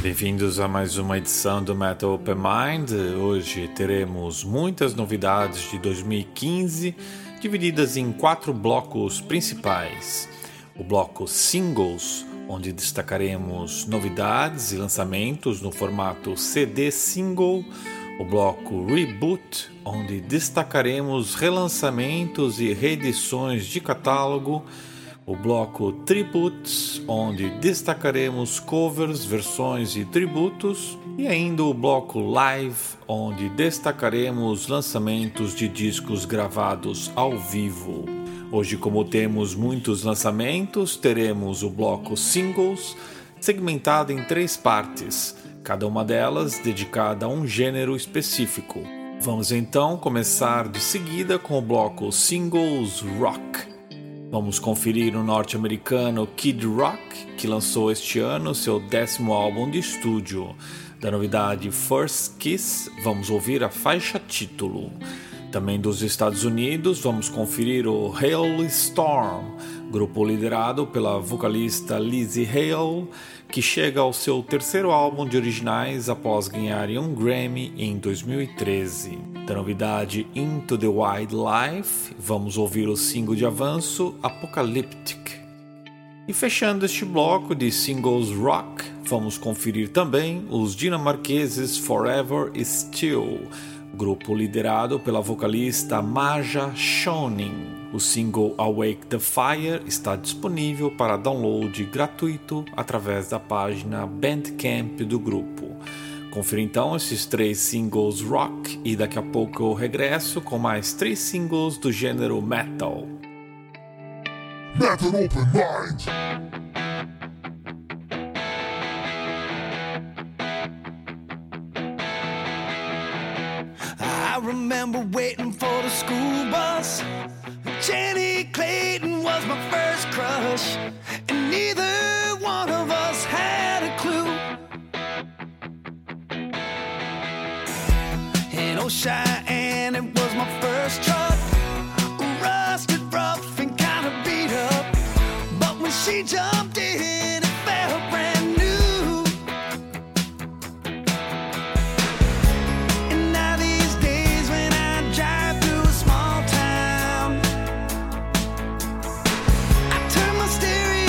Bem-vindos a mais uma edição do Metal Open Mind. Hoje teremos muitas novidades de 2015, divididas em 4 blocos principais. O bloco Singles, onde destacaremos novidades e lançamentos no formato CD single. O bloco Reboot, onde destacaremos relançamentos e reedições de catálogo. O bloco Tributes, onde destacaremos covers, versões e tributos. E ainda o bloco Live, onde destacaremos lançamentos de discos gravados ao vivo. Hoje, como temos muitos lançamentos, teremos o bloco Singles, segmentado em 3 partes, cada uma delas dedicada a um gênero específico. Vamos então começar de seguida com o bloco Singles Rock. Vamos conferir o norte-americano Kid Rock, que lançou este ano seu 10º álbum de estúdio. Da novidade First Kiss, vamos ouvir a faixa título. Também dos Estados Unidos, vamos conferir o Halestorm, grupo liderado pela vocalista Lzzy Hale, que chega ao seu 3º álbum de originais após ganharem um Grammy em 2013. Da novidade Into the Wildlife, vamos ouvir o single de avanço Apocalyptic. E fechando este bloco de singles rock, vamos conferir também os dinamarqueses Forever Still, grupo liderado pela vocalista Maja Schoening. O single Awake the Fire está disponível para download gratuito através da página Bandcamp do grupo. Confira então esses 3 singles rock e daqui a pouco eu regresso com mais 3 singles do gênero metal. Metal Open Mind! I remember waiting for the school bus. Jenny Clayton was my first crush, and neither one of us had a clue. In Old Cheyenne, it was my first truck, rusted, rough, and kind of beat up. But when she jumped in, it felt brand new. And now these days when I drive through a small town, I turn my stereo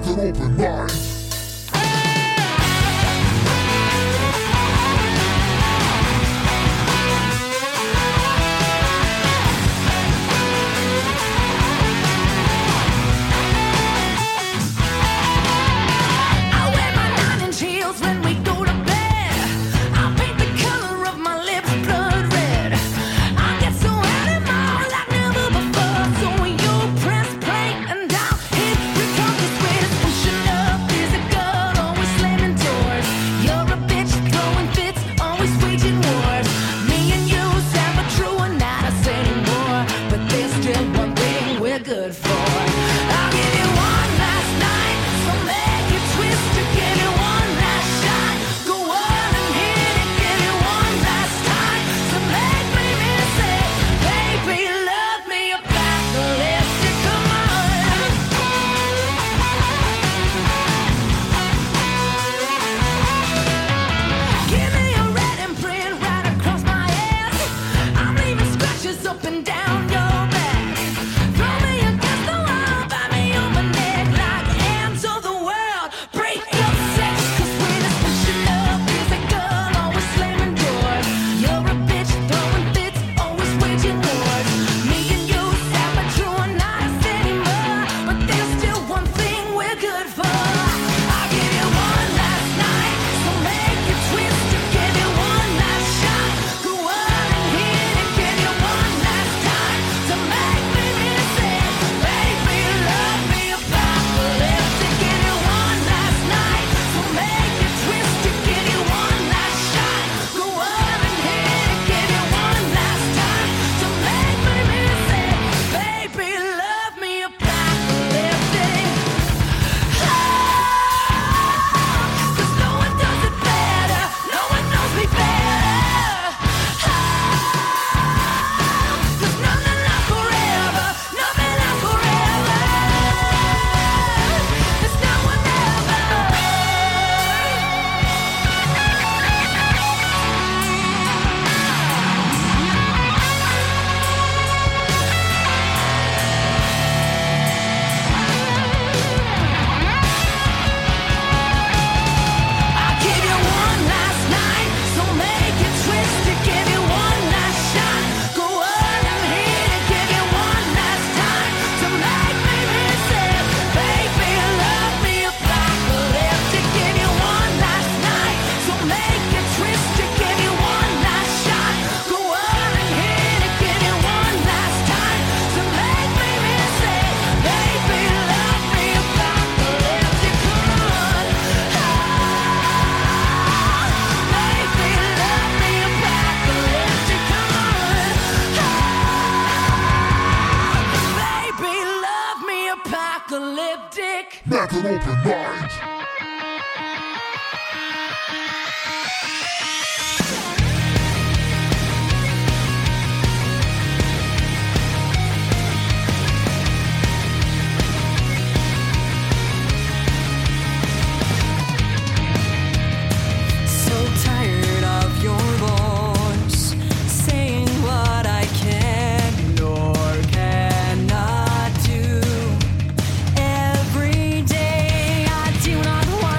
Have an open mind. Have an open mind. Every day I do not want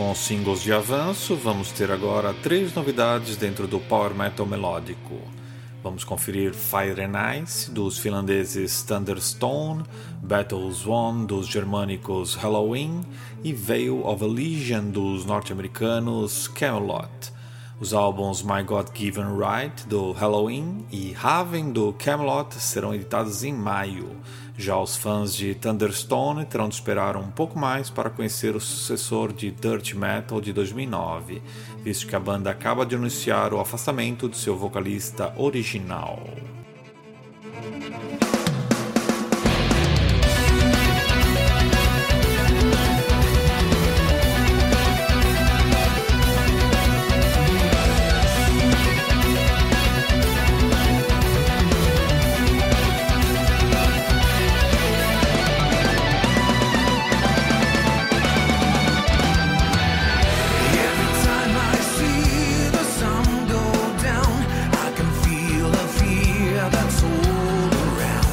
com os singles de avanço, vamos ter agora 3 novidades dentro do Power Metal melódico. Vamos conferir Fire and Ice, dos finlandeses Thunderstone, Battle Swan, dos germânicos Halloween e Veil of Elysian, dos norte-americanos Camelot. Os álbuns My God-Given Right, do Halloween, e Haven, do Camelot, serão editados em maio. Já os fãs de Thunderstone terão de esperar um pouco mais para conhecer o sucessor de Dirt Metal de 2009, visto que a banda acaba de anunciar o afastamento de seu vocalista original. That's all around.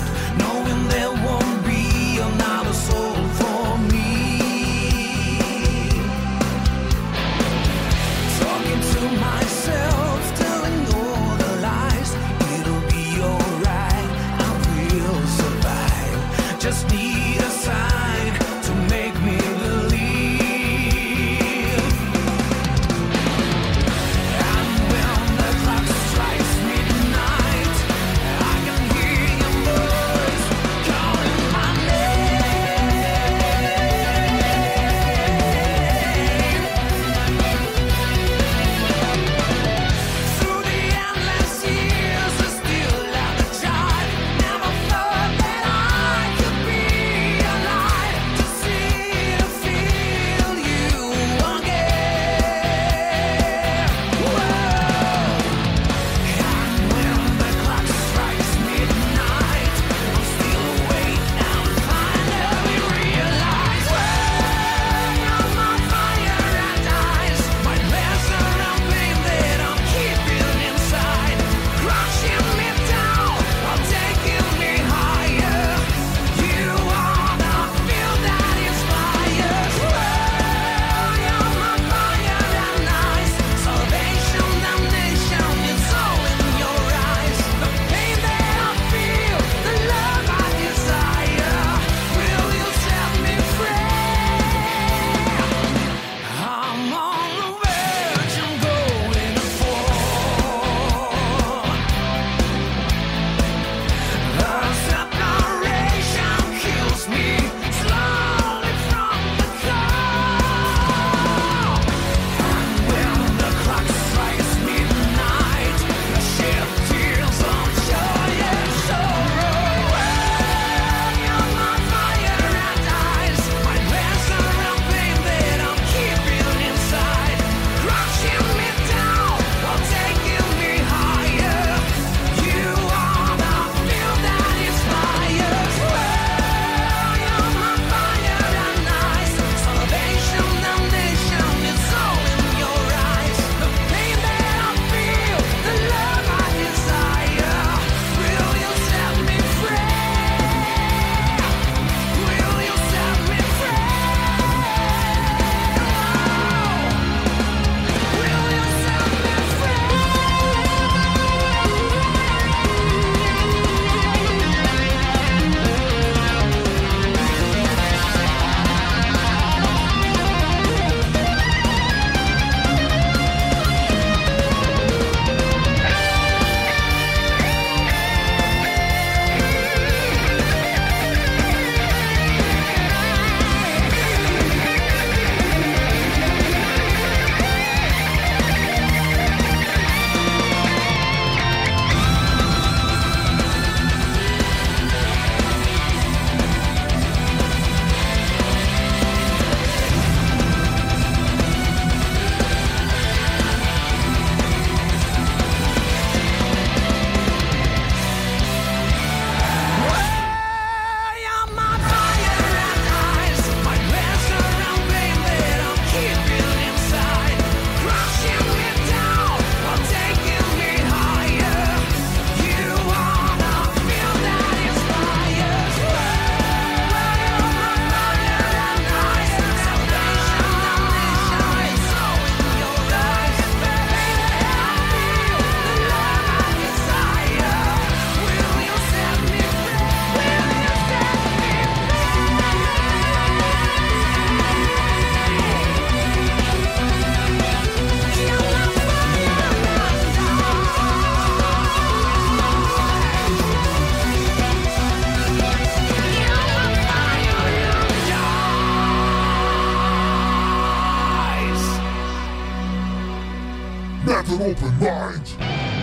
an open mind.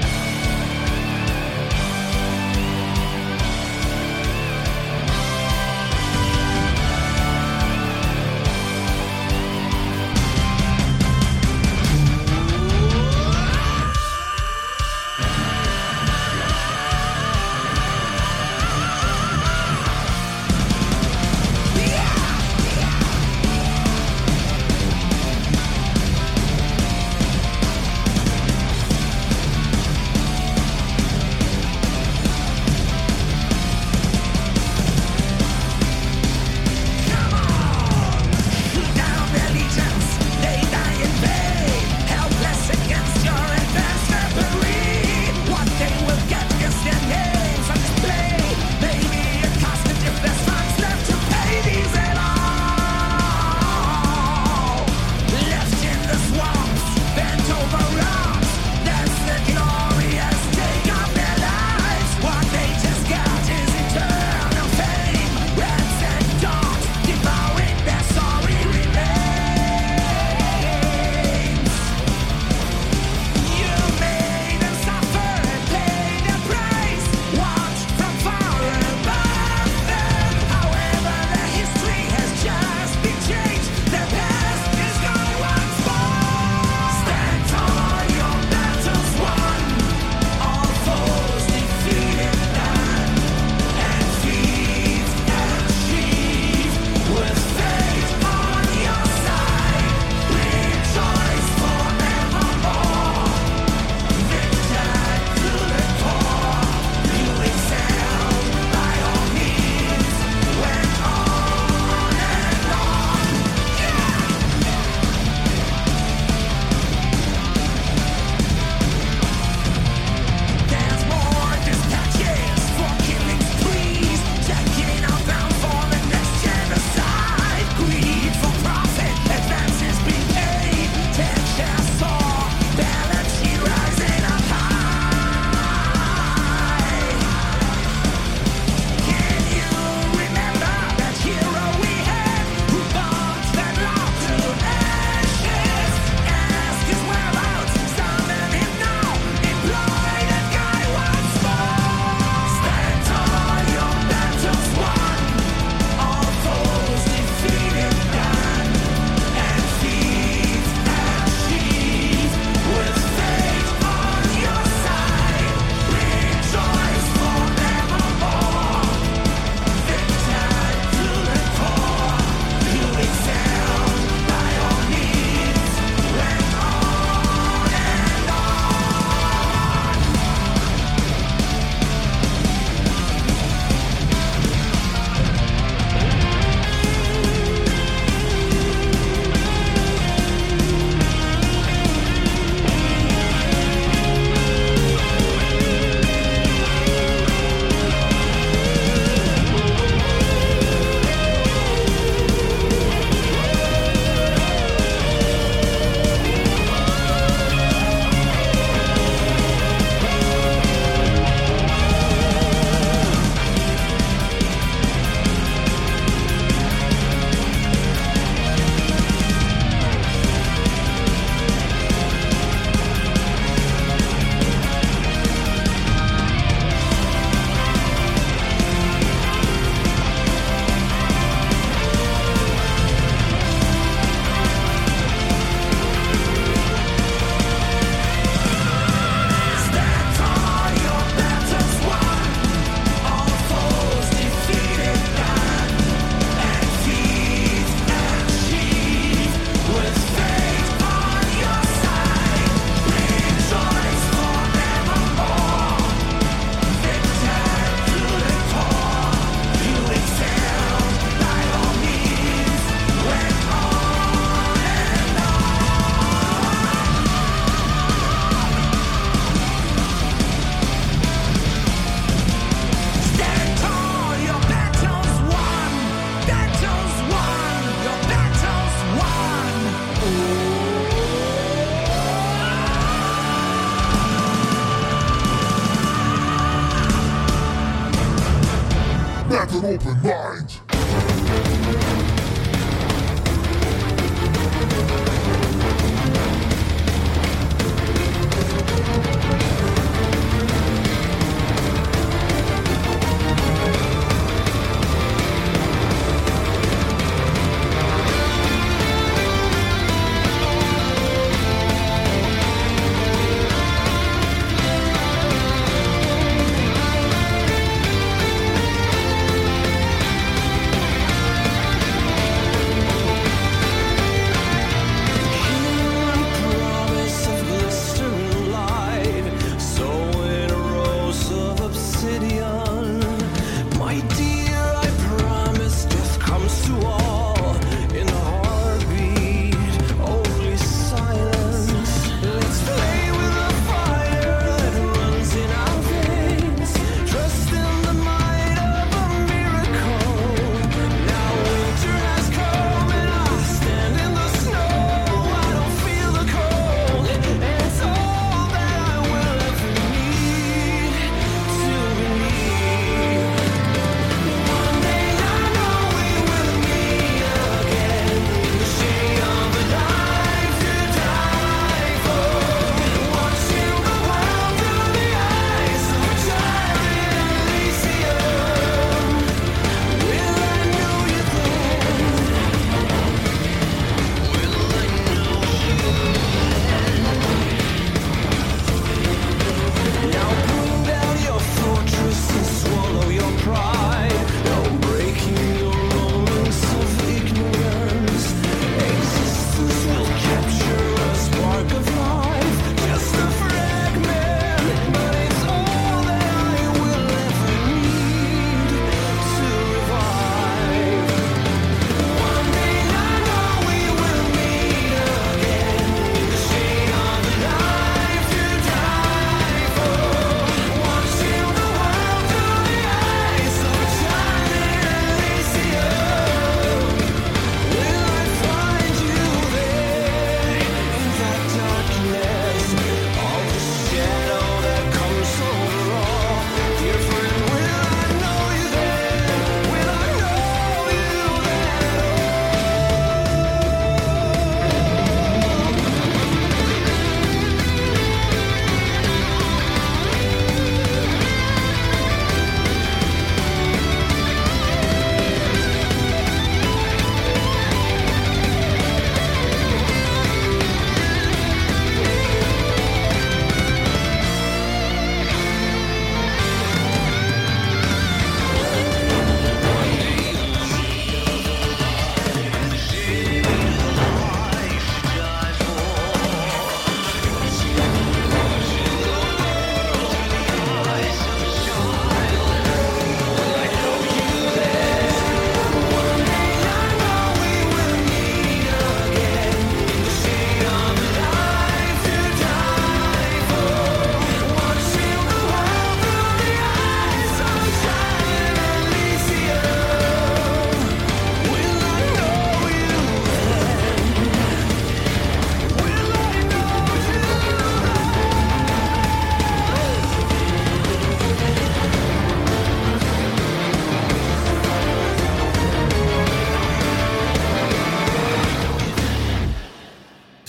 an open mind.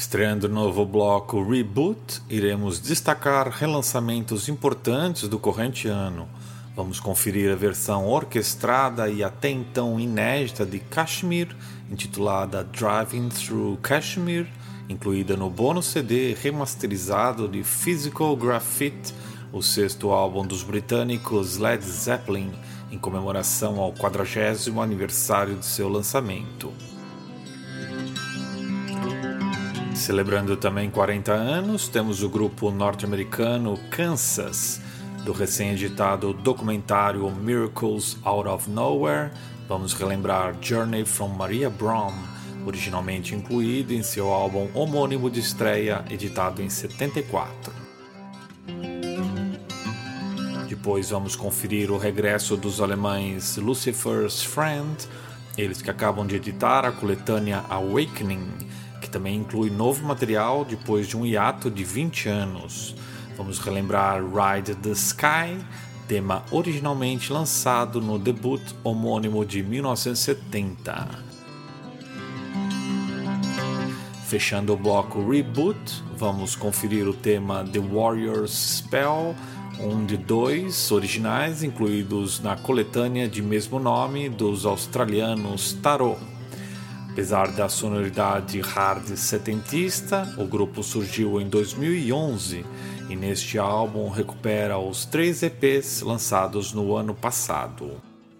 Estreando o novo bloco Reboot, iremos destacar relançamentos importantes do corrente ano. Vamos conferir a versão orquestrada e até então inédita de Kashmir, intitulada Driving Through Kashmir, incluída no bônus CD remasterizado de Physical Graffiti, o sexto álbum dos britânicos Led Zeppelin, em comemoração ao 40º aniversário de seu lançamento. Celebrando também 40 anos, temos o grupo norte-americano Kansas, do recém-editado documentário Miracles Out of Nowhere. Vamos relembrar Journey from Maria Braun, originalmente incluído em seu álbum homônimo de estreia, editado em 74. Depois vamos conferir o regresso dos alemães Lucifer's Friend, eles que acabam de editar a coletânea Awakening, que também inclui novo material depois de um hiato de 20 anos. Vamos relembrar Ride the Sky, tema originalmente lançado no debut homônimo de 1970. Fechando o bloco Reboot, vamos conferir o tema The Warrior's Spell, um de dois originais incluídos na coletânea de mesmo nome dos australianos Tarot. Apesar da sonoridade hard setentista, o grupo surgiu em 2011 e neste álbum recupera os 3 EPs lançados no ano passado.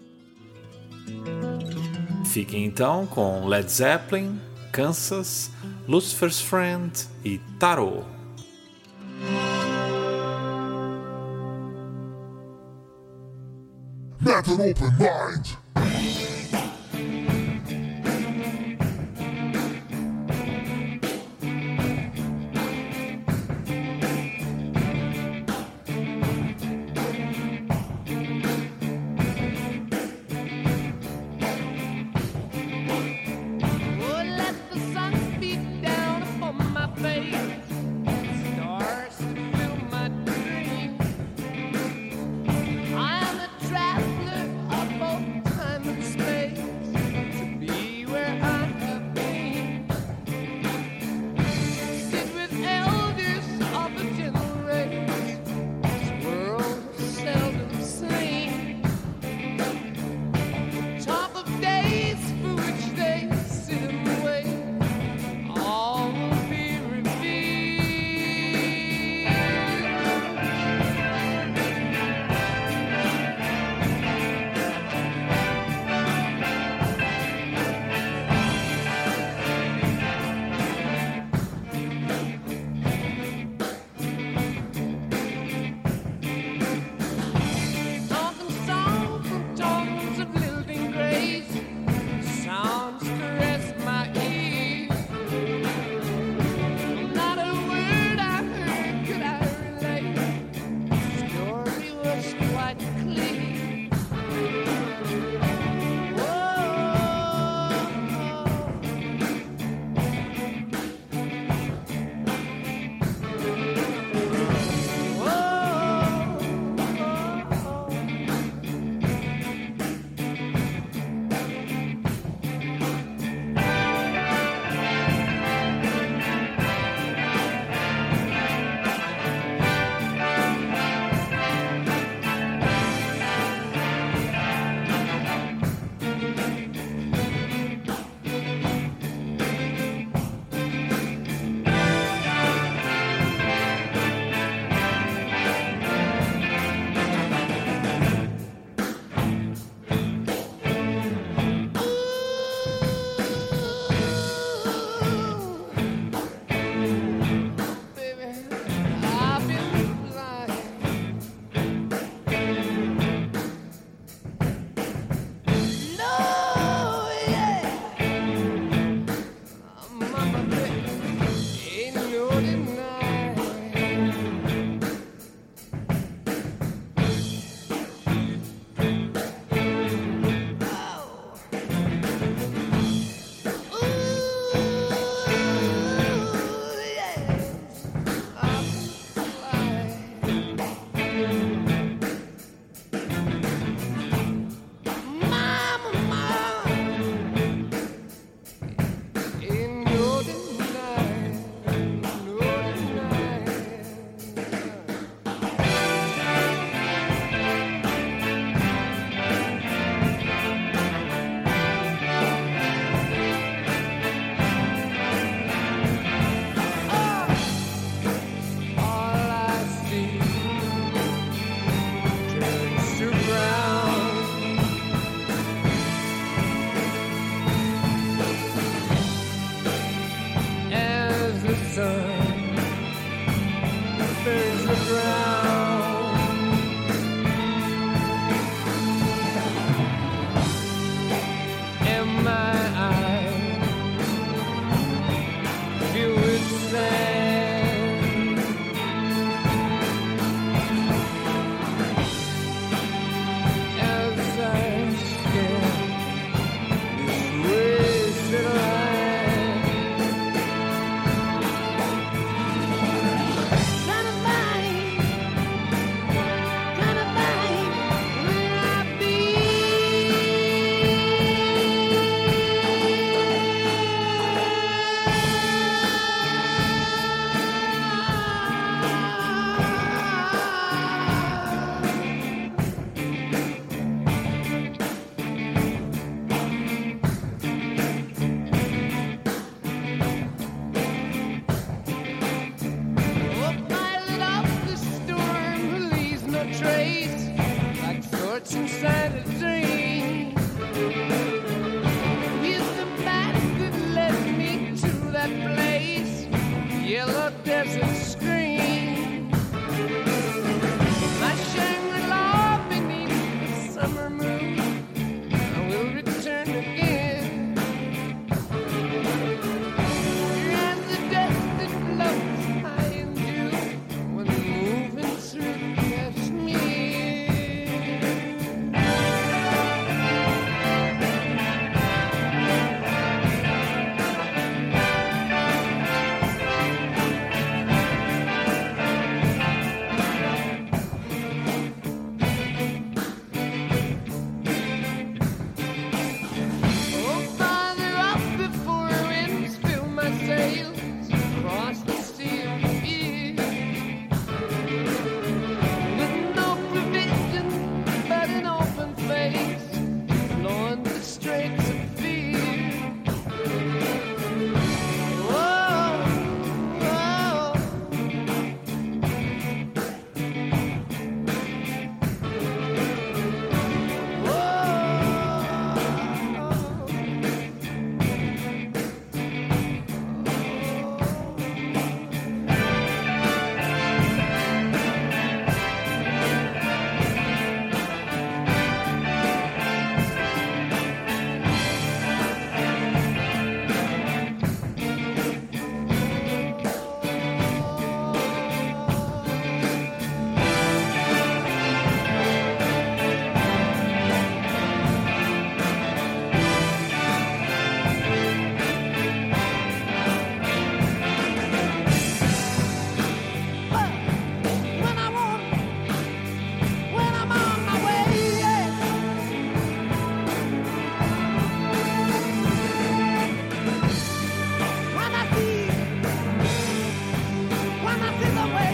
Fiquem então com Led Zeppelin, Kansas, Lucifer's Friend e Tarot. Let an open mind. what's inside a dream. It's the night that led me to that place, yellow desert screen. My Shangri-La beneath the summer moon, I will return again. And the dust that floats high in June when moving through Kashmir. Oh, farther off before winds fill my sails across the sea of fear, with no provision but an open face, blowing the straits of fear. Whoa, whoa. When I want, when I'm on my way, yeah. When I see the way,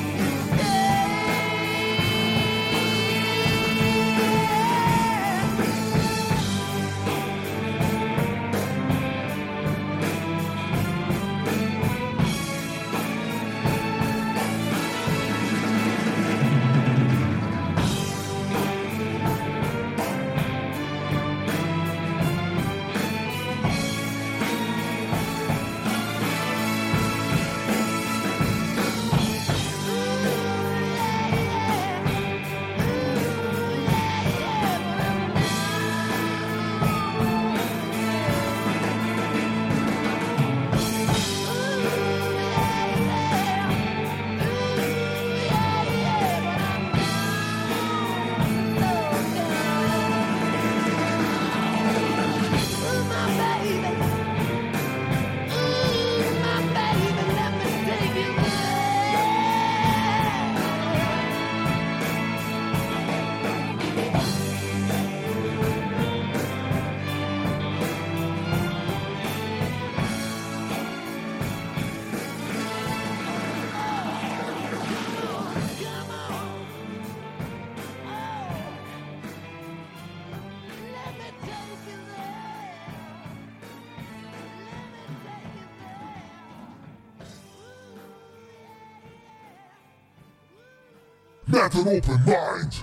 Let an open mind.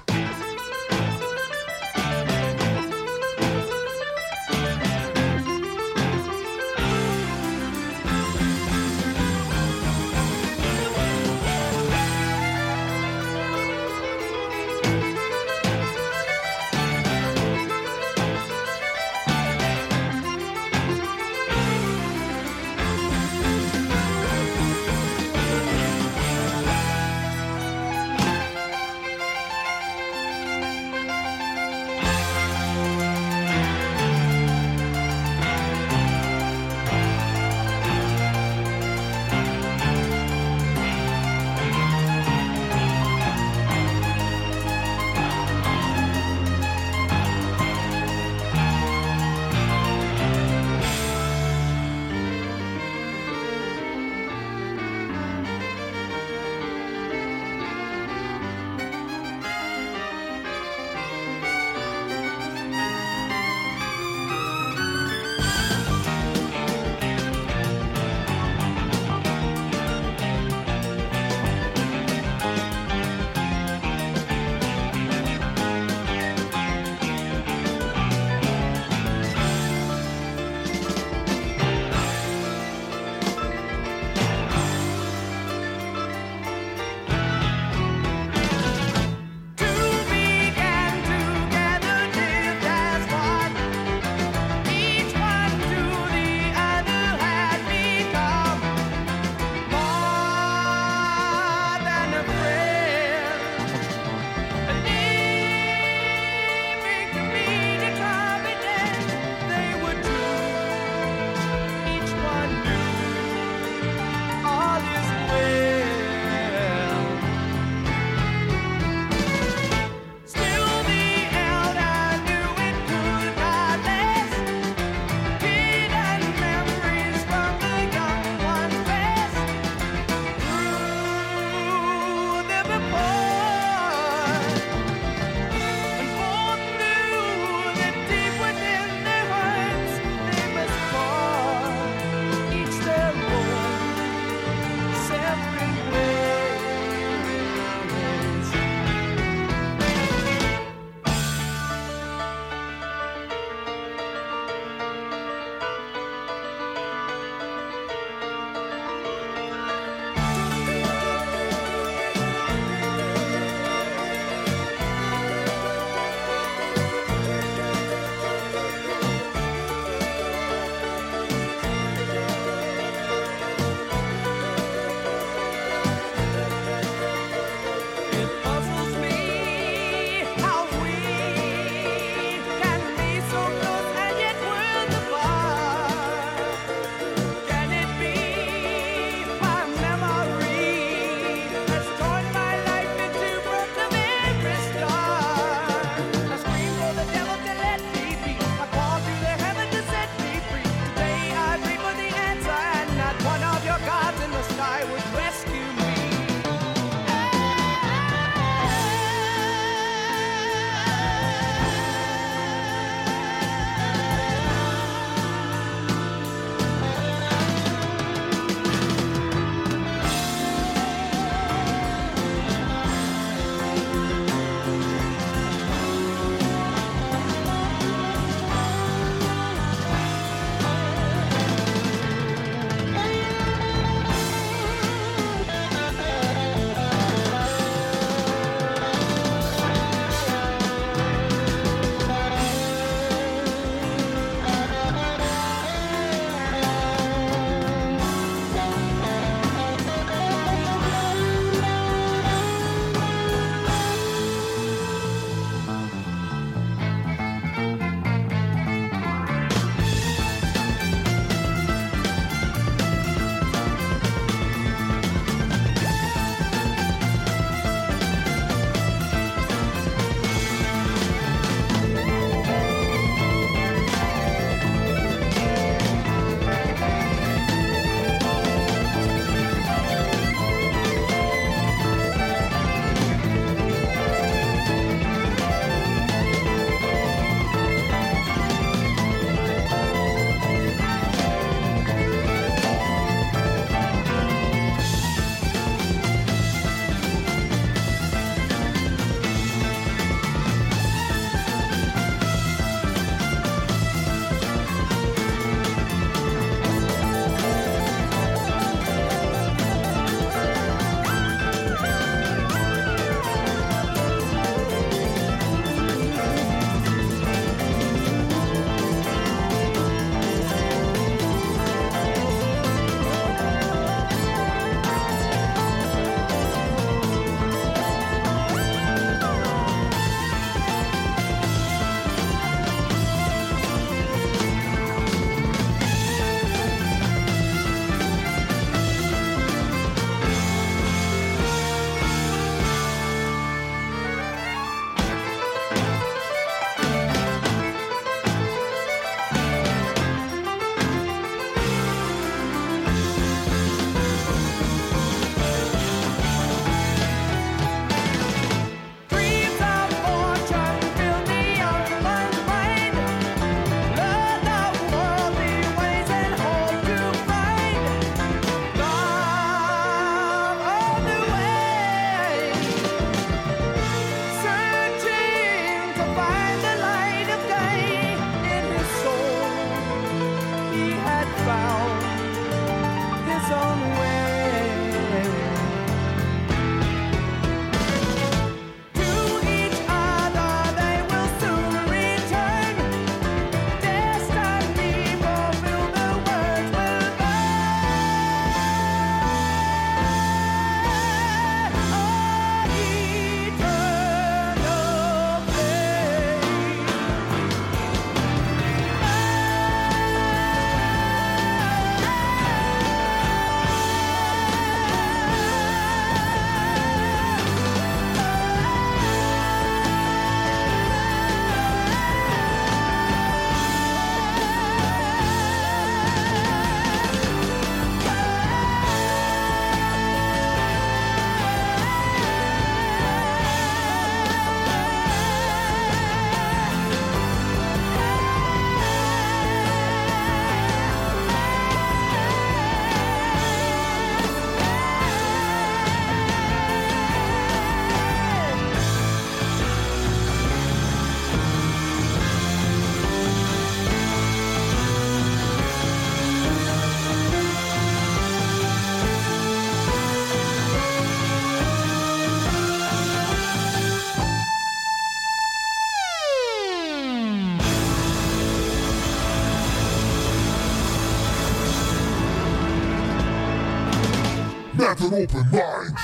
Let an open mind.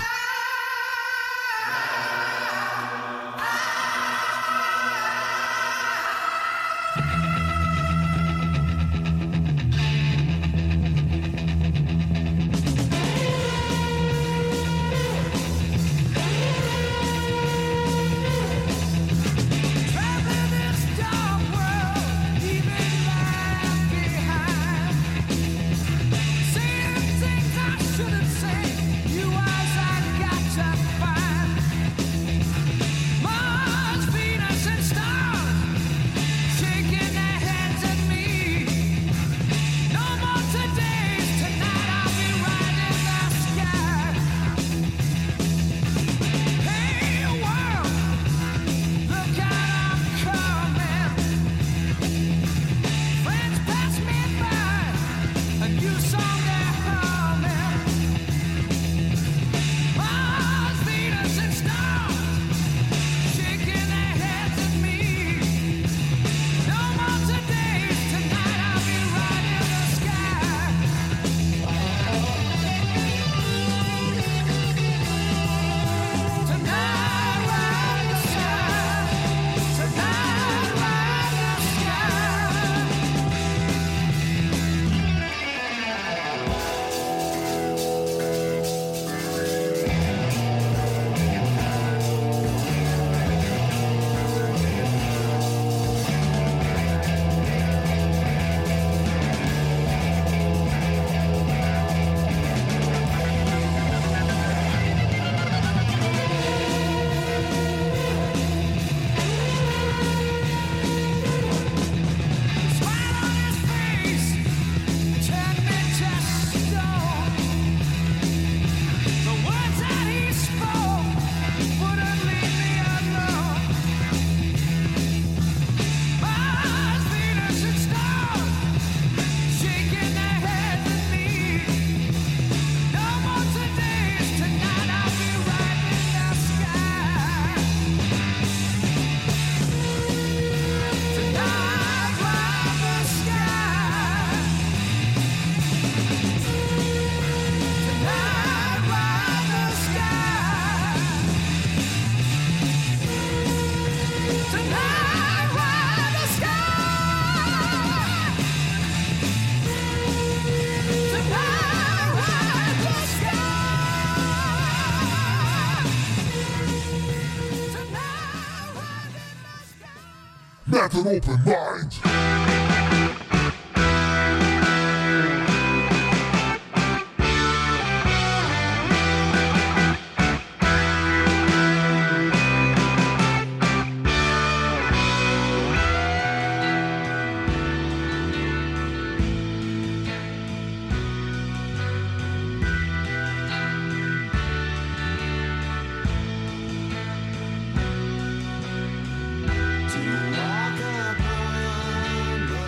Traveling this dark world, leaving life behind. Saying things I shouldn't say, you eyes I got to find. Mars, Venus, and stars shaking their heads at me. No more todays, tonight I'll be riding the sky. Hey world, look out, I'm coming. Friends pass me by, a new song they're humming. Mars, Venus, and stars shaking their heads at me. No more todays, tonight I'll be riding the sky. Tonight ride the sky. Tonight ride the smile on his face turned me to stone. The words that he spoke wouldn't leave me alone. Mars, Venus, and stars shaking their heads at me. No more todays, tonight I'll be riding the sky. Tonight ride the sky. Tonight ride the sky. Tonight ride the sky. Tonight ride the sky. Tonight ride the sky. Let an open mind. To walk upon the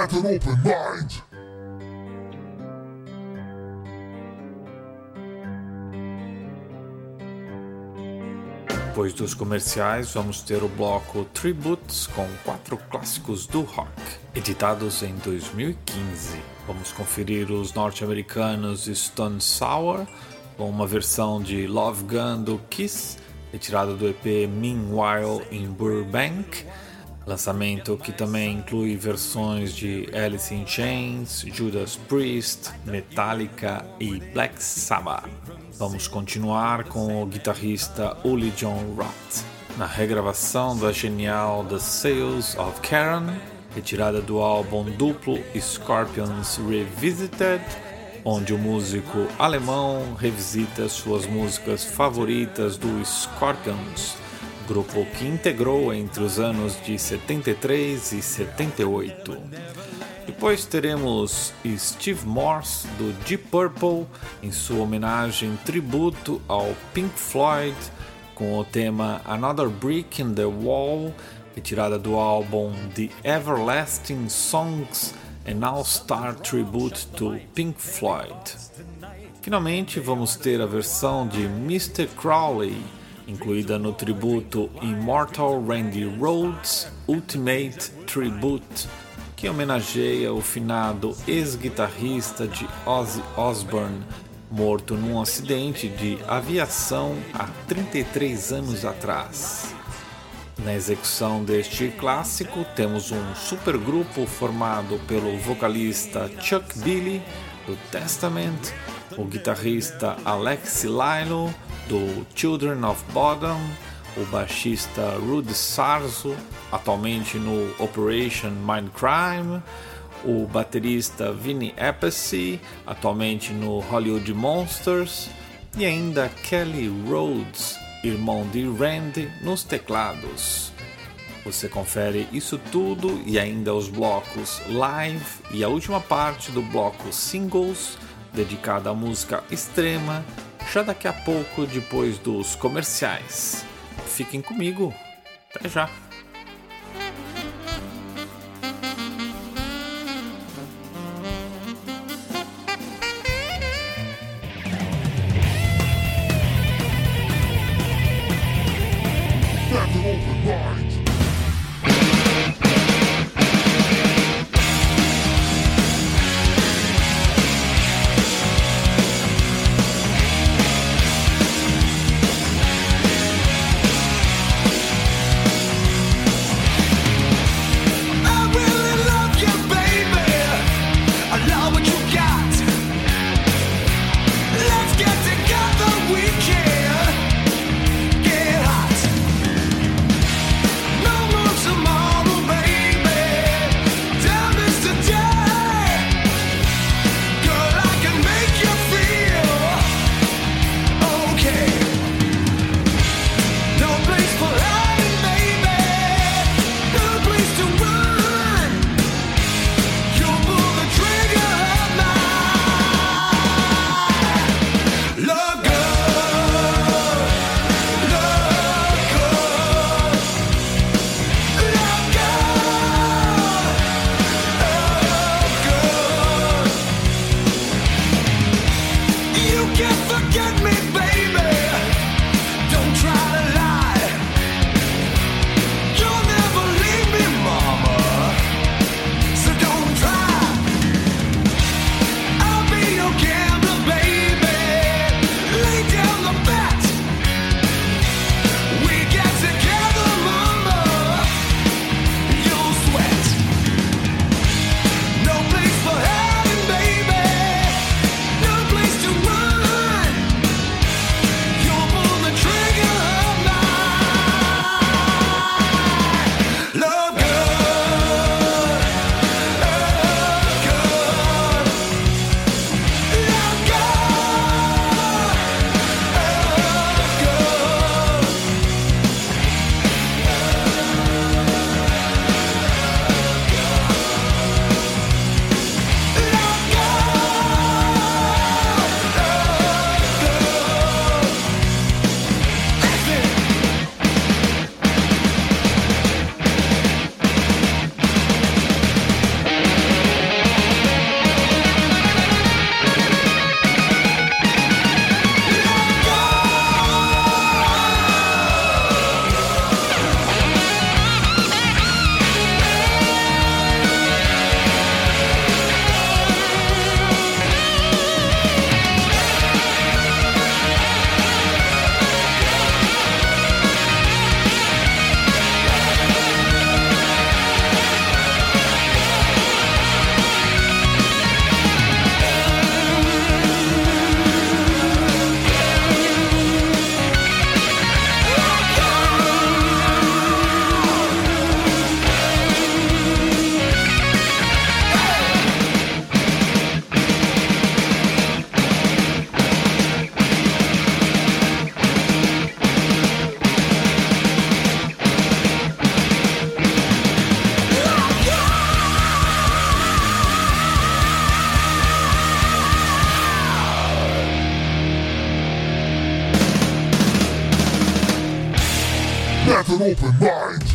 Let an open mind. Depois dos comerciais, vamos ter o bloco Tributes com 4 clássicos do rock, editados em 2015. Vamos conferir os norte-americanos Stone Sour, com uma versão de Love Gun do Kiss, retirada do EP Meanwhile in Burbank, lançamento que também inclui versões de Alice in Chains, Judas Priest, Metallica e Black Sabbath. Vamos continuar com o guitarrista Uli Jon Roth, na regravação da genial The Sales of Karen, retirada do álbum duplo Scorpions Revisited, onde o músico alemão revisita suas músicas favoritas do Scorpions, grupo que integrou entre os anos de 73 e 78. Depois teremos Steve Morse, do Deep Purple, em sua homenagem tributo ao Pink Floyd, com o tema Another Brick in the Wall, retirada do álbum The Everlasting Songs, an All-Star Tribute to Pink Floyd. Finalmente, vamos ter a versão de Mr. Crowley, incluída no tributo Immortal Randy Rhoads Ultimate Tribute, que homenageia o finado ex-guitarrista de Ozzy Osbourne, morto num acidente de aviação há 33 anos atrás. Na execução deste clássico, temos um supergrupo formado pelo vocalista Chuck Billy, do Testament, o guitarrista Alex Lilo, do Children of Bodom, o baixista Rudy Sarzo, atualmente no Operation Mindcrime, o baterista Vinny Appice, atualmente no Hollywood Monsters, e ainda Kelly Rhodes, irmão de Randy, nos teclados. Você confere isso tudo e ainda os blocos live e a última parte do bloco singles, dedicada à música extrema, já daqui a pouco, depois dos comerciais. Fiquem comigo, até já! Let an open mind. open mind.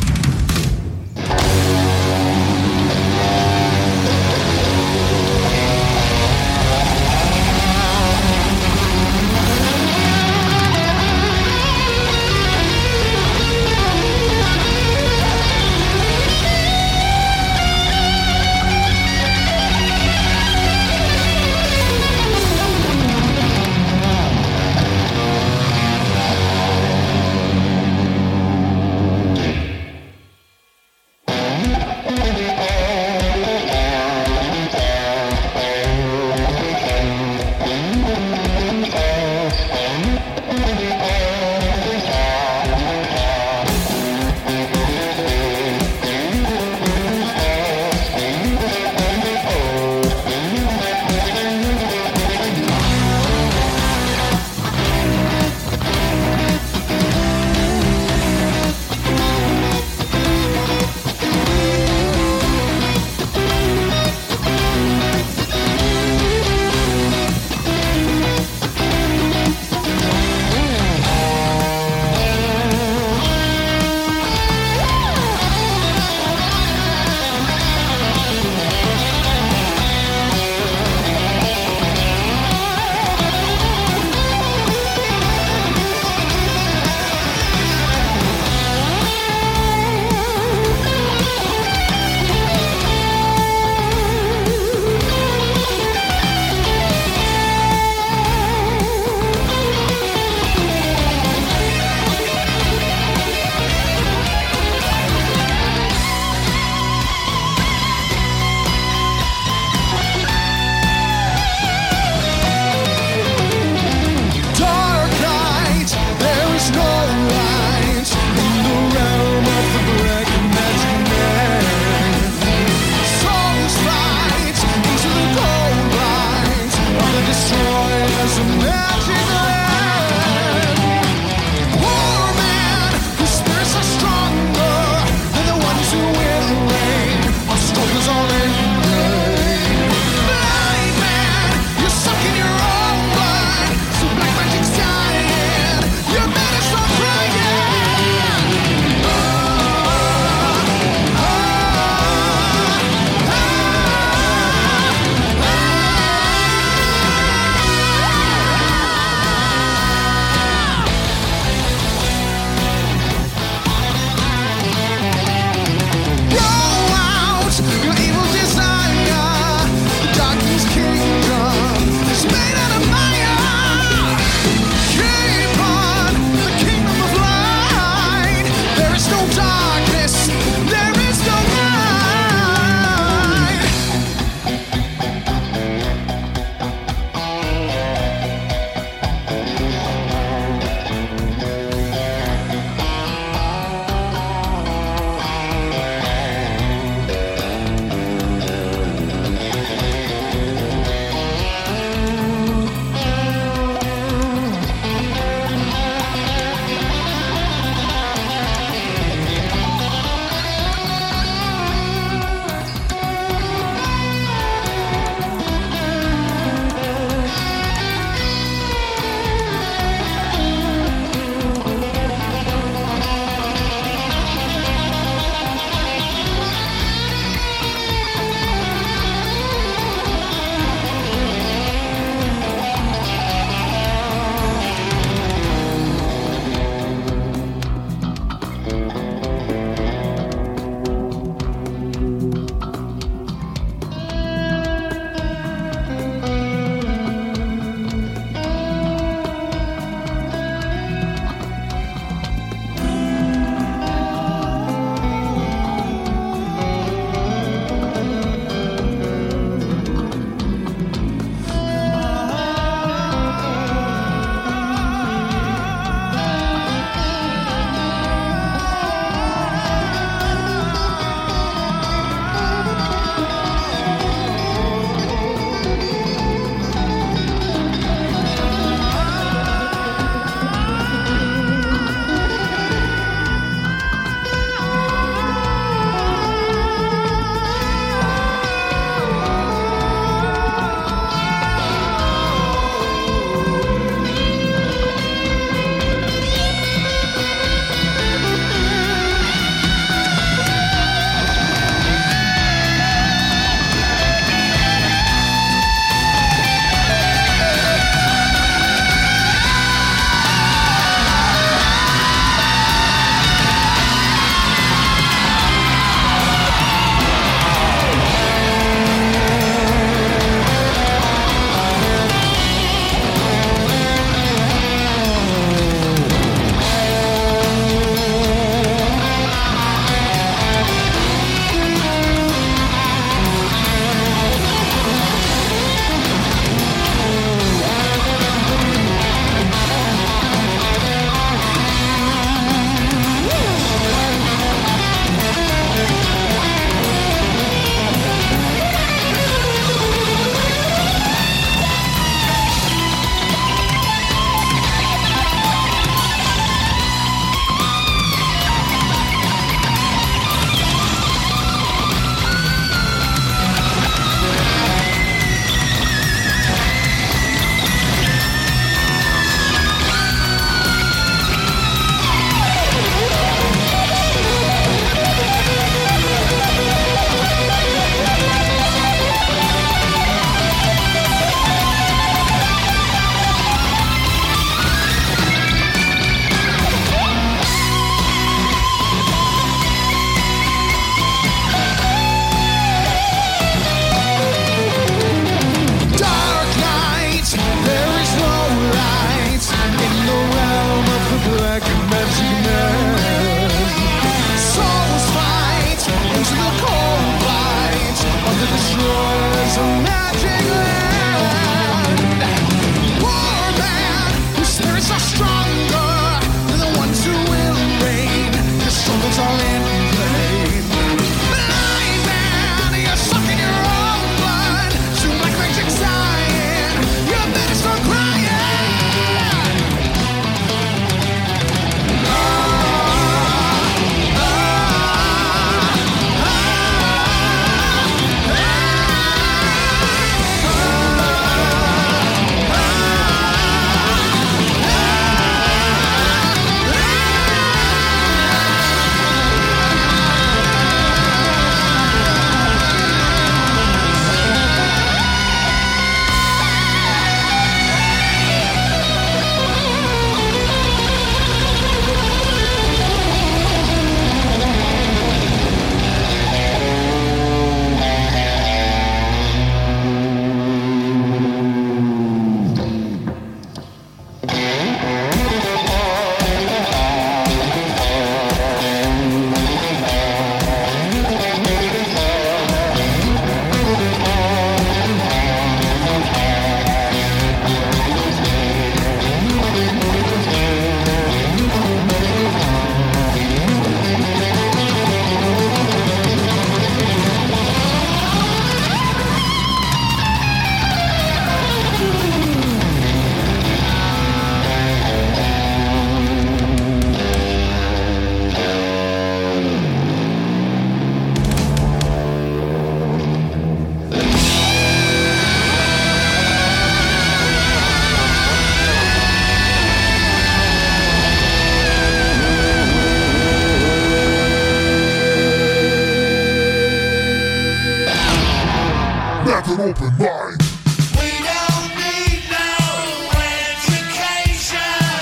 Got an open mind. We don't need no education.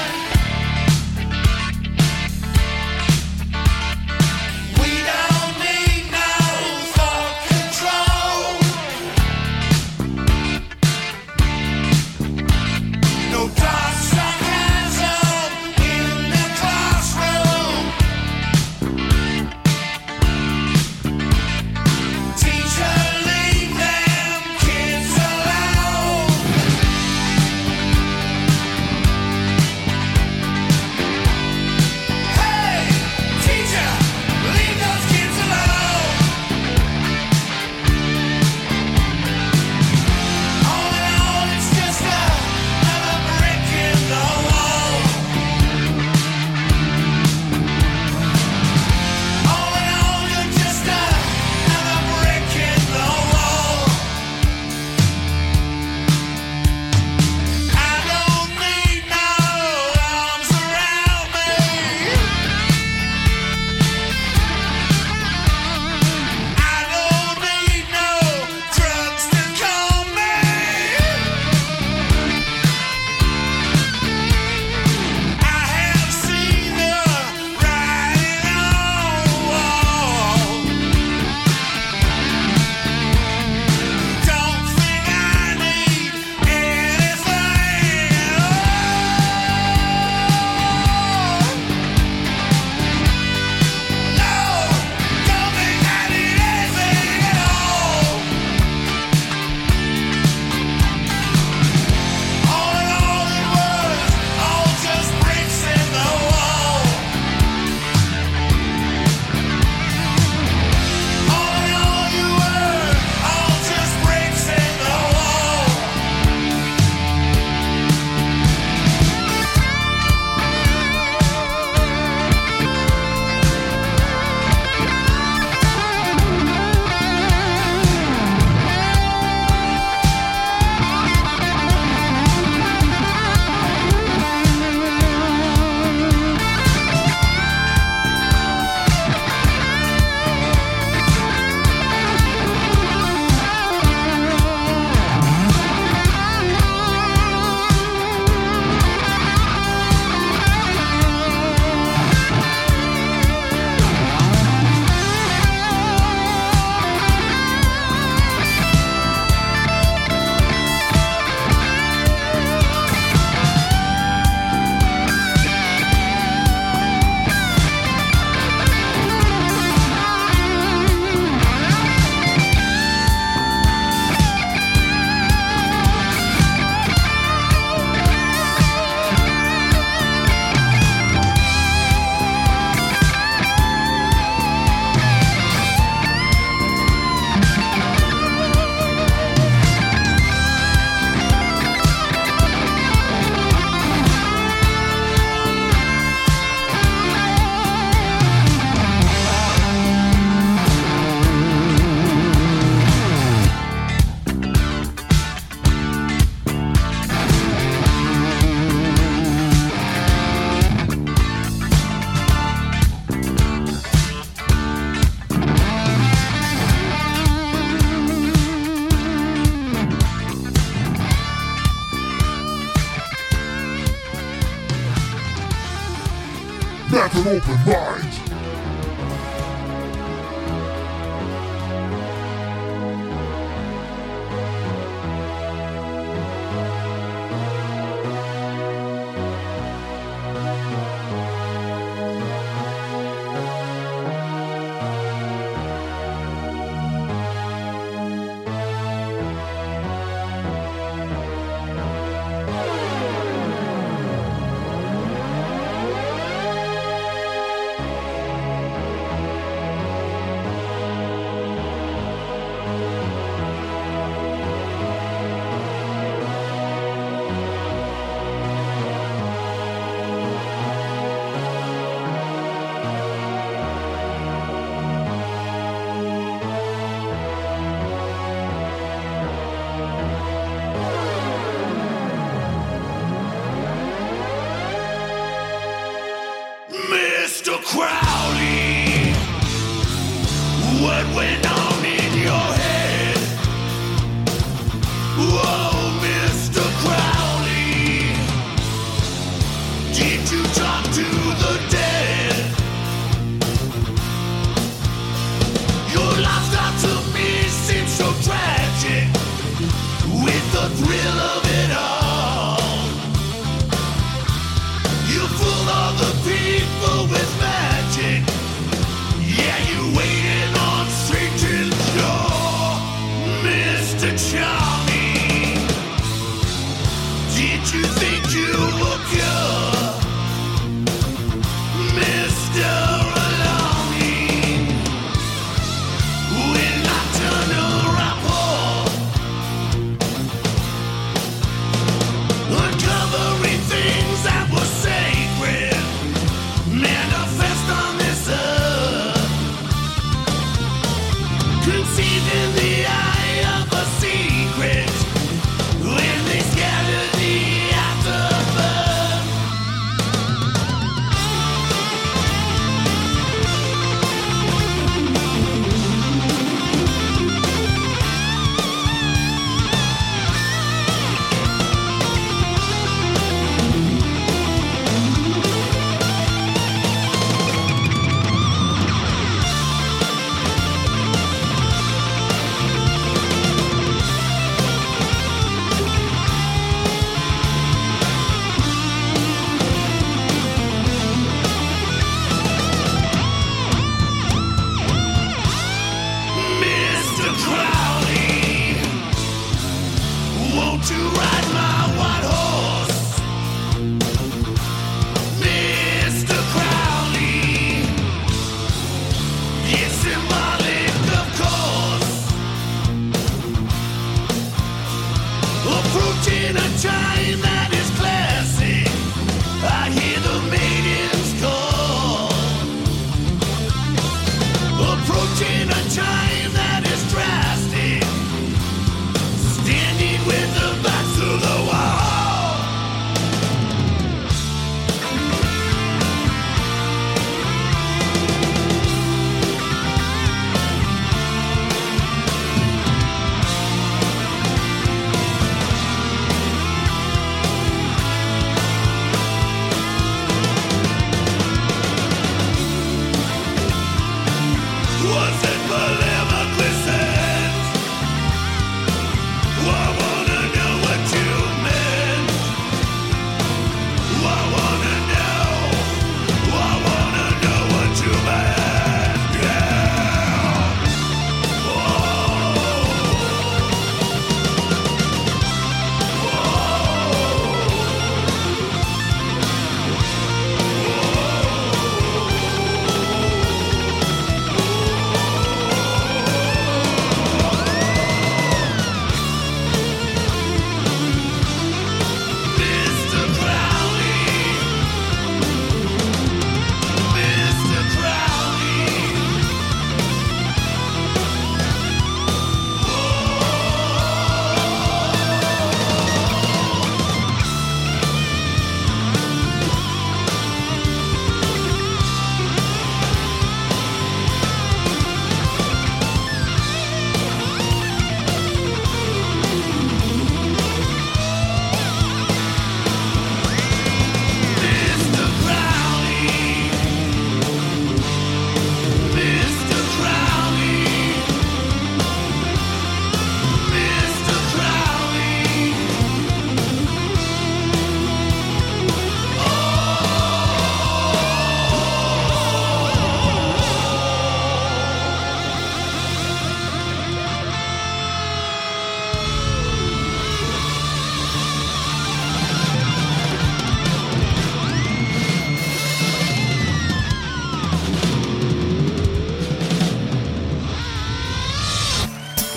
We don't need no thought control. No dark sarcasm in the classroom. Teacher, leave them kids alone. Hey, teacher, leave those kids alone. All in all, it's just another brick in the wall. All in all, you're just another brick in the wall. I don't need no arms around me. I don't need no drugs to calm me. I have seen the writing on the wall. Don't think I need anything at all. No, don't think I need anything at all. All in all, it was all just bricks in the wall. All in all, you were all just bricks in the wall. Got an open mind. Mr. Crowley, what went on in your head?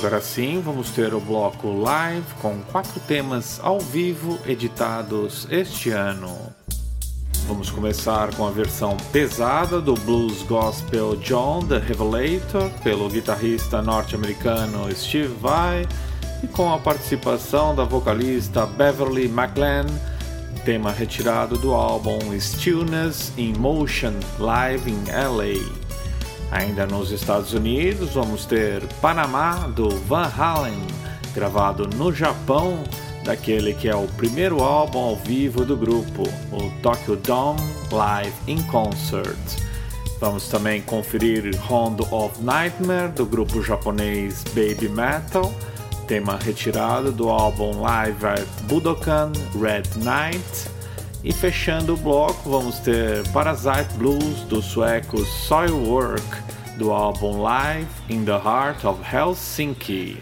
Agora sim, vamos ter o bloco live com 4 temas ao vivo editados este ano. Vamos começar com a versão pesada do blues gospel John the Revelator pelo guitarrista norte-americano Steve Vai e com a participação da vocalista Beverly McGlenn, tema retirado do álbum Stillness in Motion Live in LA. Ainda nos Estados Unidos, vamos ter Panamá, do Van Halen, gravado no Japão, daquele que é o primeiro álbum ao vivo do grupo, o Tokyo Dome Live in Concert. Vamos também conferir Rondo of Nightmare, do grupo japonês Baby Metal, tema retirado do álbum Live at Budokan Red Night. E fechando o bloco, vamos ter Parasite Blues, dos suecos Soilwork, do álbum Live in the Heart of Helsinki.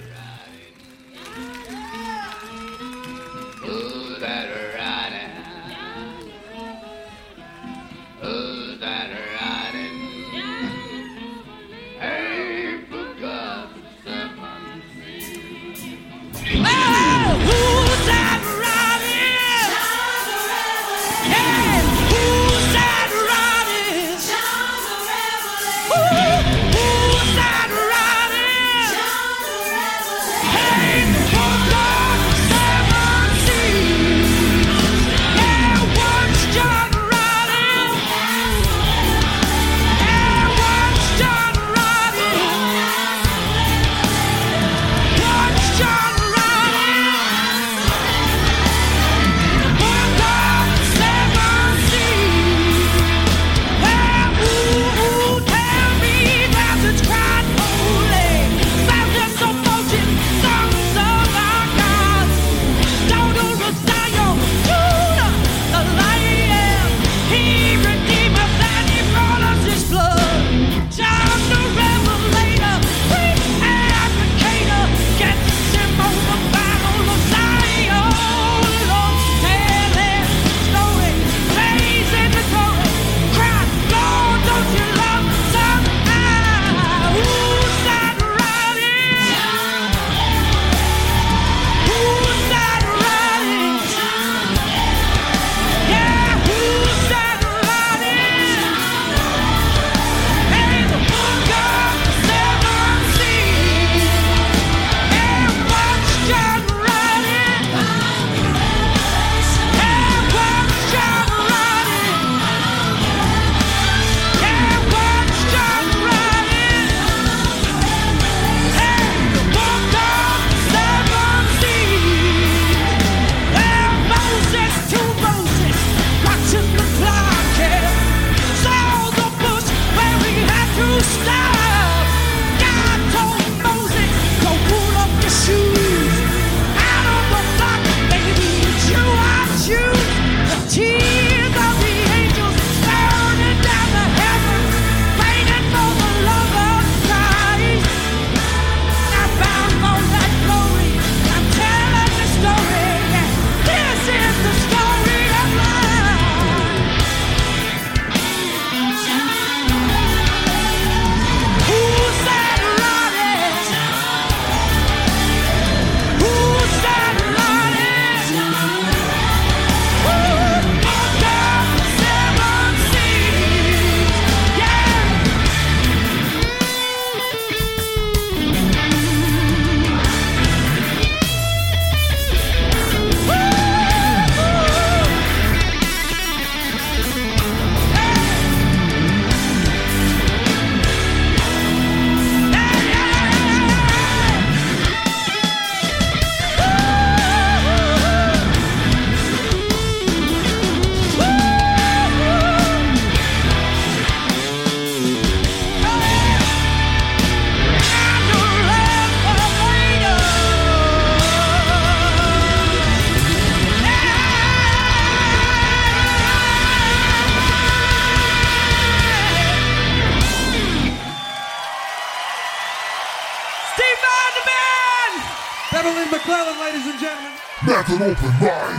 Beverly McClellan, ladies and gentlemen. That's an open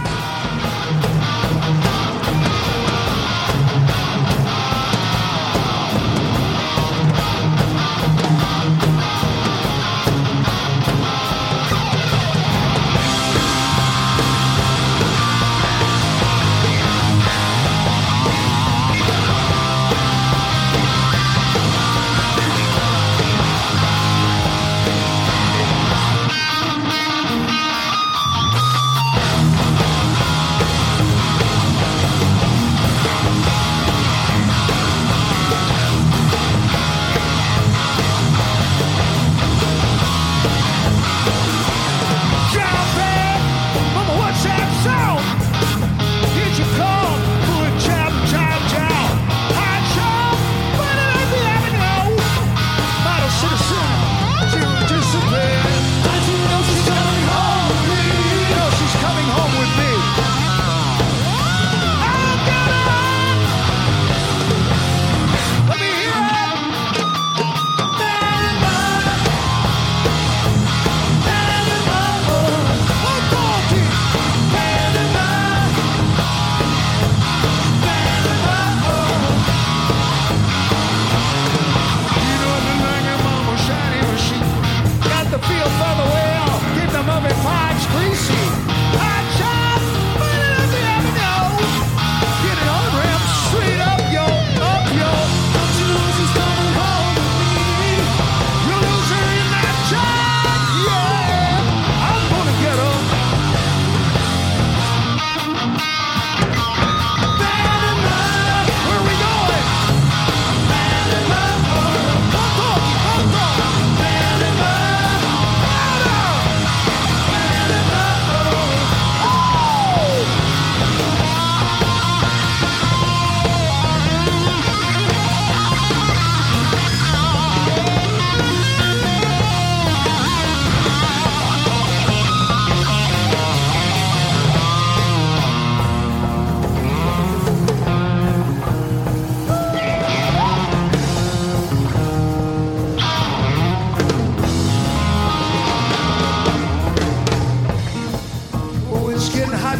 mind.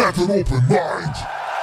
Get an open mind.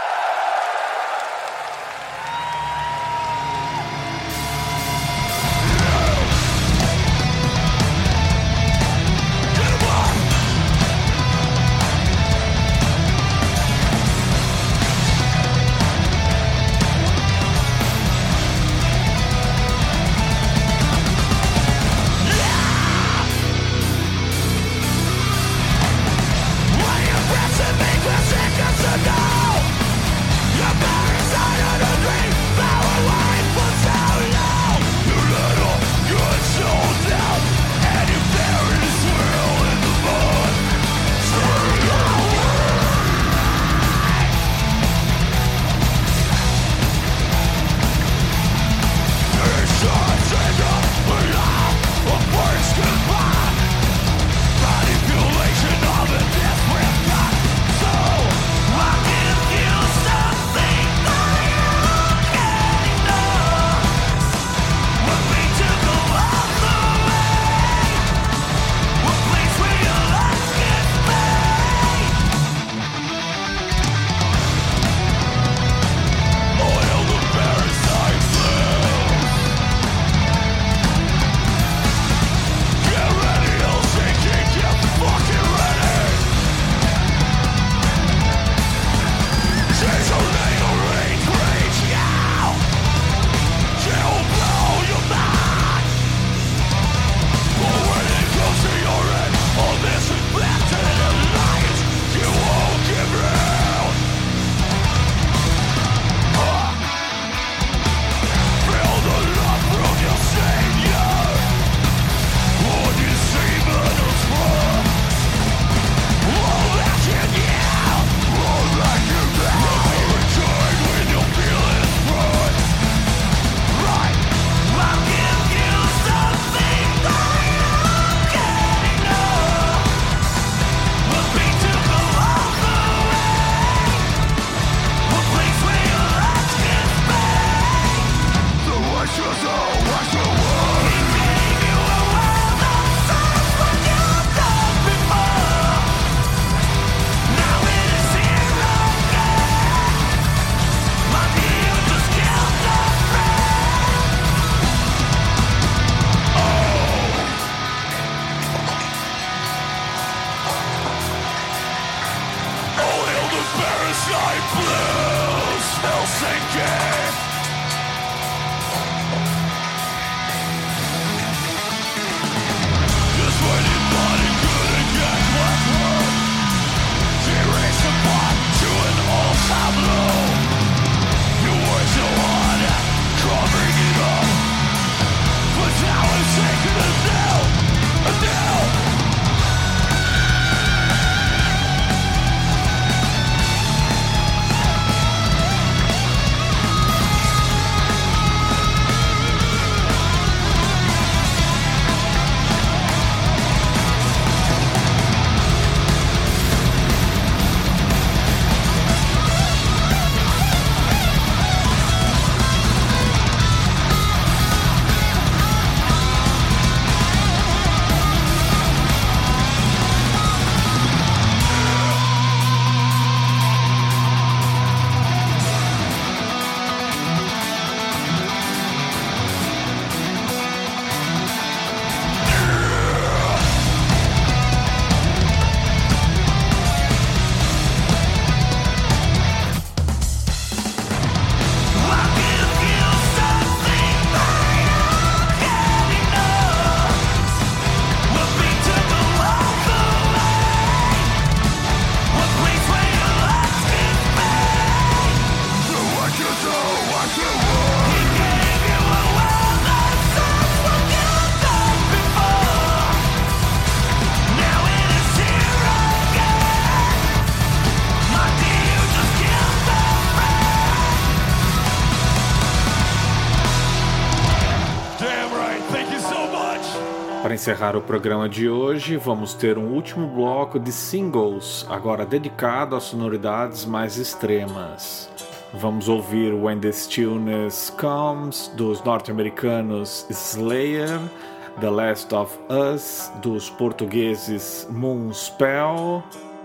Para encerrar o programa de hoje, vamos ter um último bloco de singles, agora dedicado às sonoridades mais extremas. Vamos ouvir When the Stillness Comes, dos norte-americanos Slayer, The Last of Us, dos portugueses Moonspell,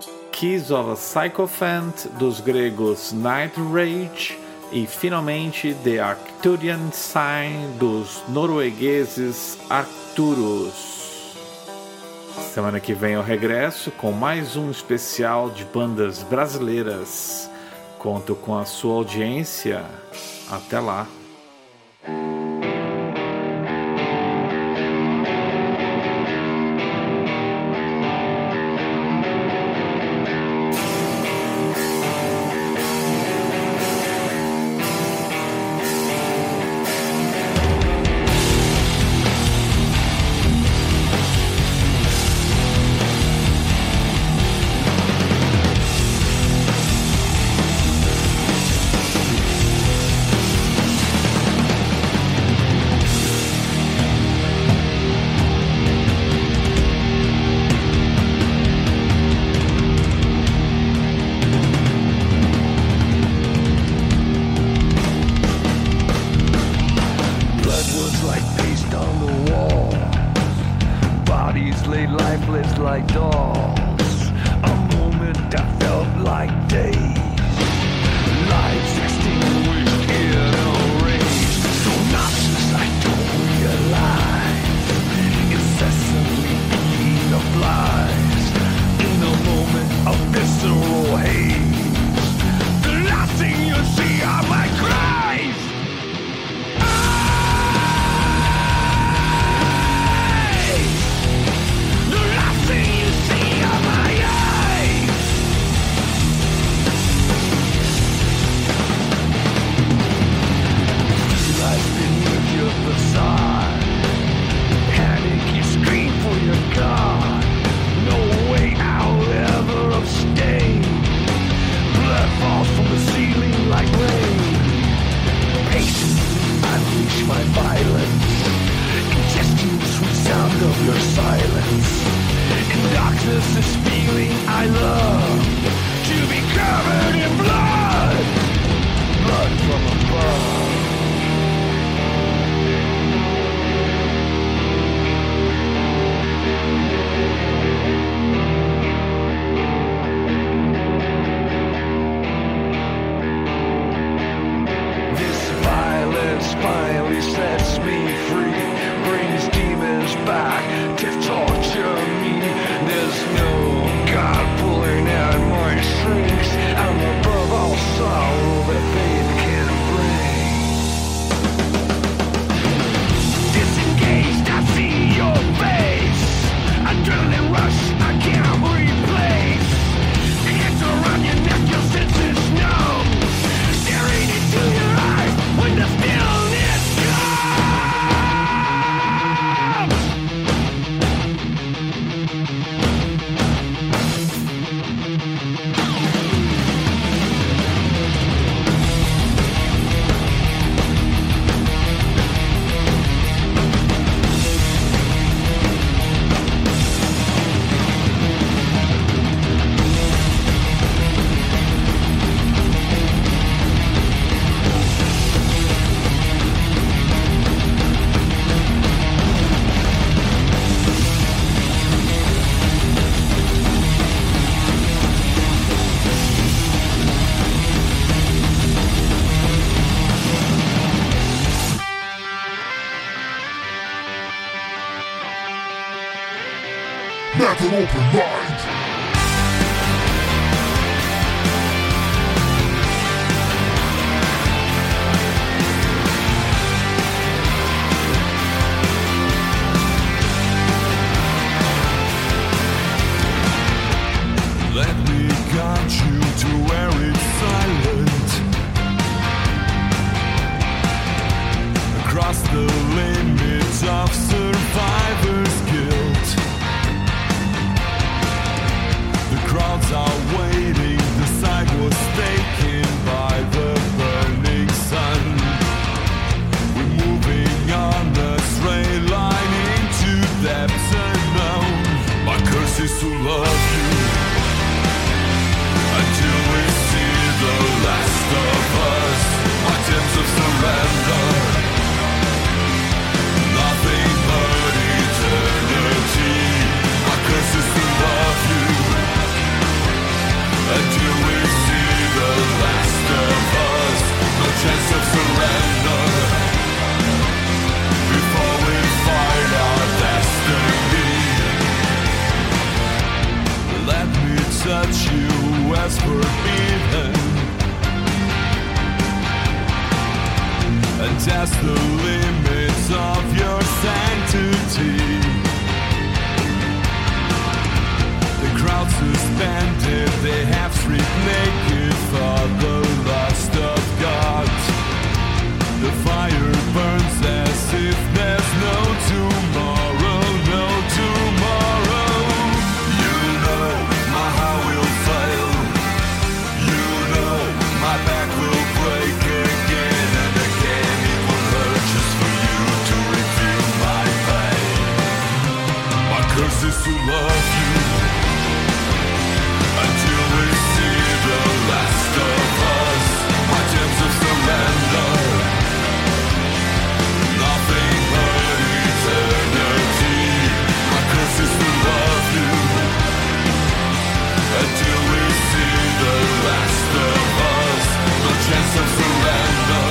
Kiss of a Sycophant, dos gregos Night Rage, e finalmente The Arcturian Sign, dos noruegueses Arcturus. Semana que vem eu regresso com mais um especial de bandas brasileiras. Conto com a sua audiência. Até lá. Like dolls, a moment that felt like days. Lives extinguished in a rage, so nauseous I don't realize. Incessantly eating the flies in a moment of visceral haze. The last thing you see are my cries. Panic, you scream for your God. No way out ever abstain. Blood falls from the ceiling like rain. Patiently unleash my violence, ingesting the sweet sound of your silence. In darkness, this feeling I love, to be covered in blood, blood from above. Finally sets me free, brings demons back to torture me. There's no God pulling at my strings. I'm above all sorrow that faith can bring. Disengaged, I see your face. Adrenaline rush, I can't replace. Hands around your neck, your senses numb. Staring into your eyes when the stillness comes. Let an open mind. Let me guide you to where it's silent. Across the limits of survivor's guilt. The crowds are waiting, the side was taken by the burning sun. We're moving on a straight line into depths unknown. My curse is to love you until we see the last of us. Attempts of surrender, nothing but eternity. My curse is to love you touch you as forbidden, and test the limits of your sanctity. The crowd suspended, they have stripped naked for the lust of God. The fire burns as if there's no tomorrow, no tomorrow. You know my heart will fail. You know my back will break again and again. It will hurt just for you to reveal my pain. My curse is to love you until we see the last of us. My chance of surrender, nothing but eternity. My curse is to love you until we see the last of us. No chance of surrender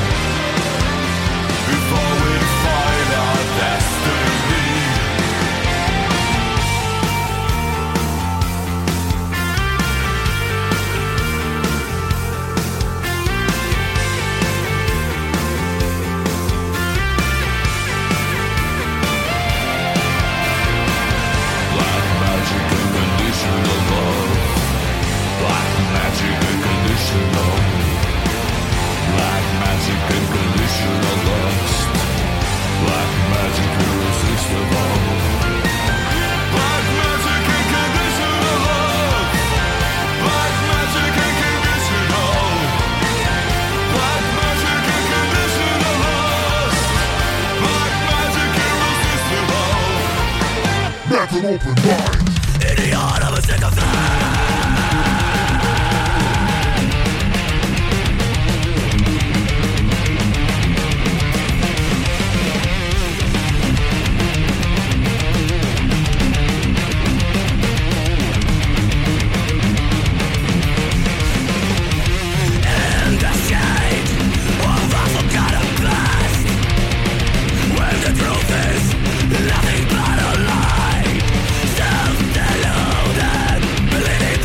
before we find our destiny. Black magic and conditional love. Black magic and conditional. Black magic and conditional lust. Black magic irresistible. Black magic and conditional love. Black magic and conditional. Black magic and conditional lust. Black magic irresistible. That's an open mind. In the heart of a sycophant. In the shade of a forgotten past, when the truth is nothing but a lie, self-deluded, believing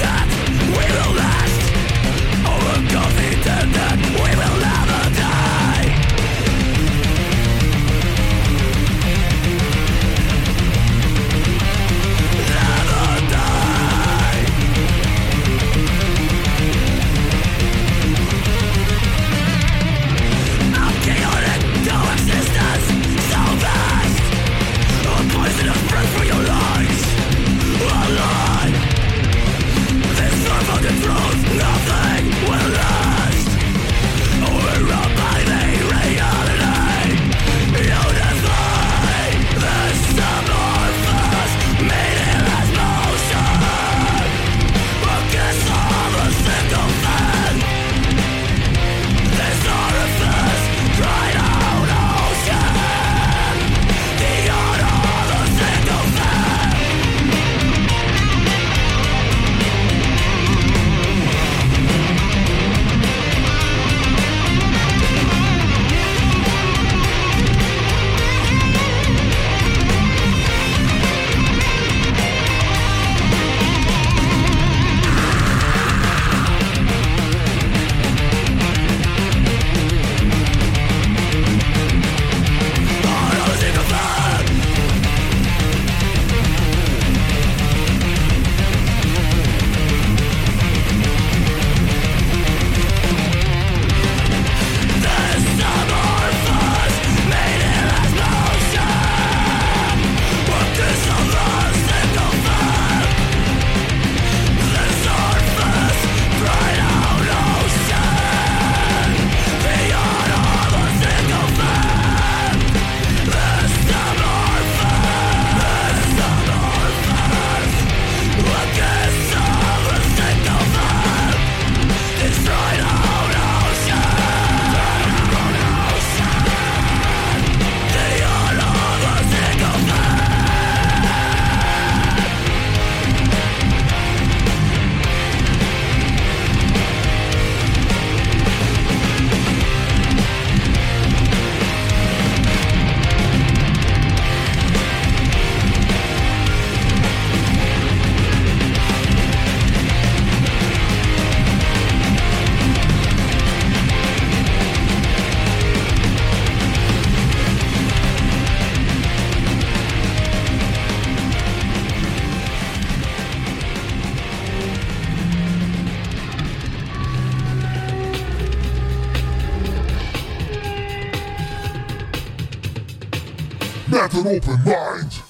Let an open mind.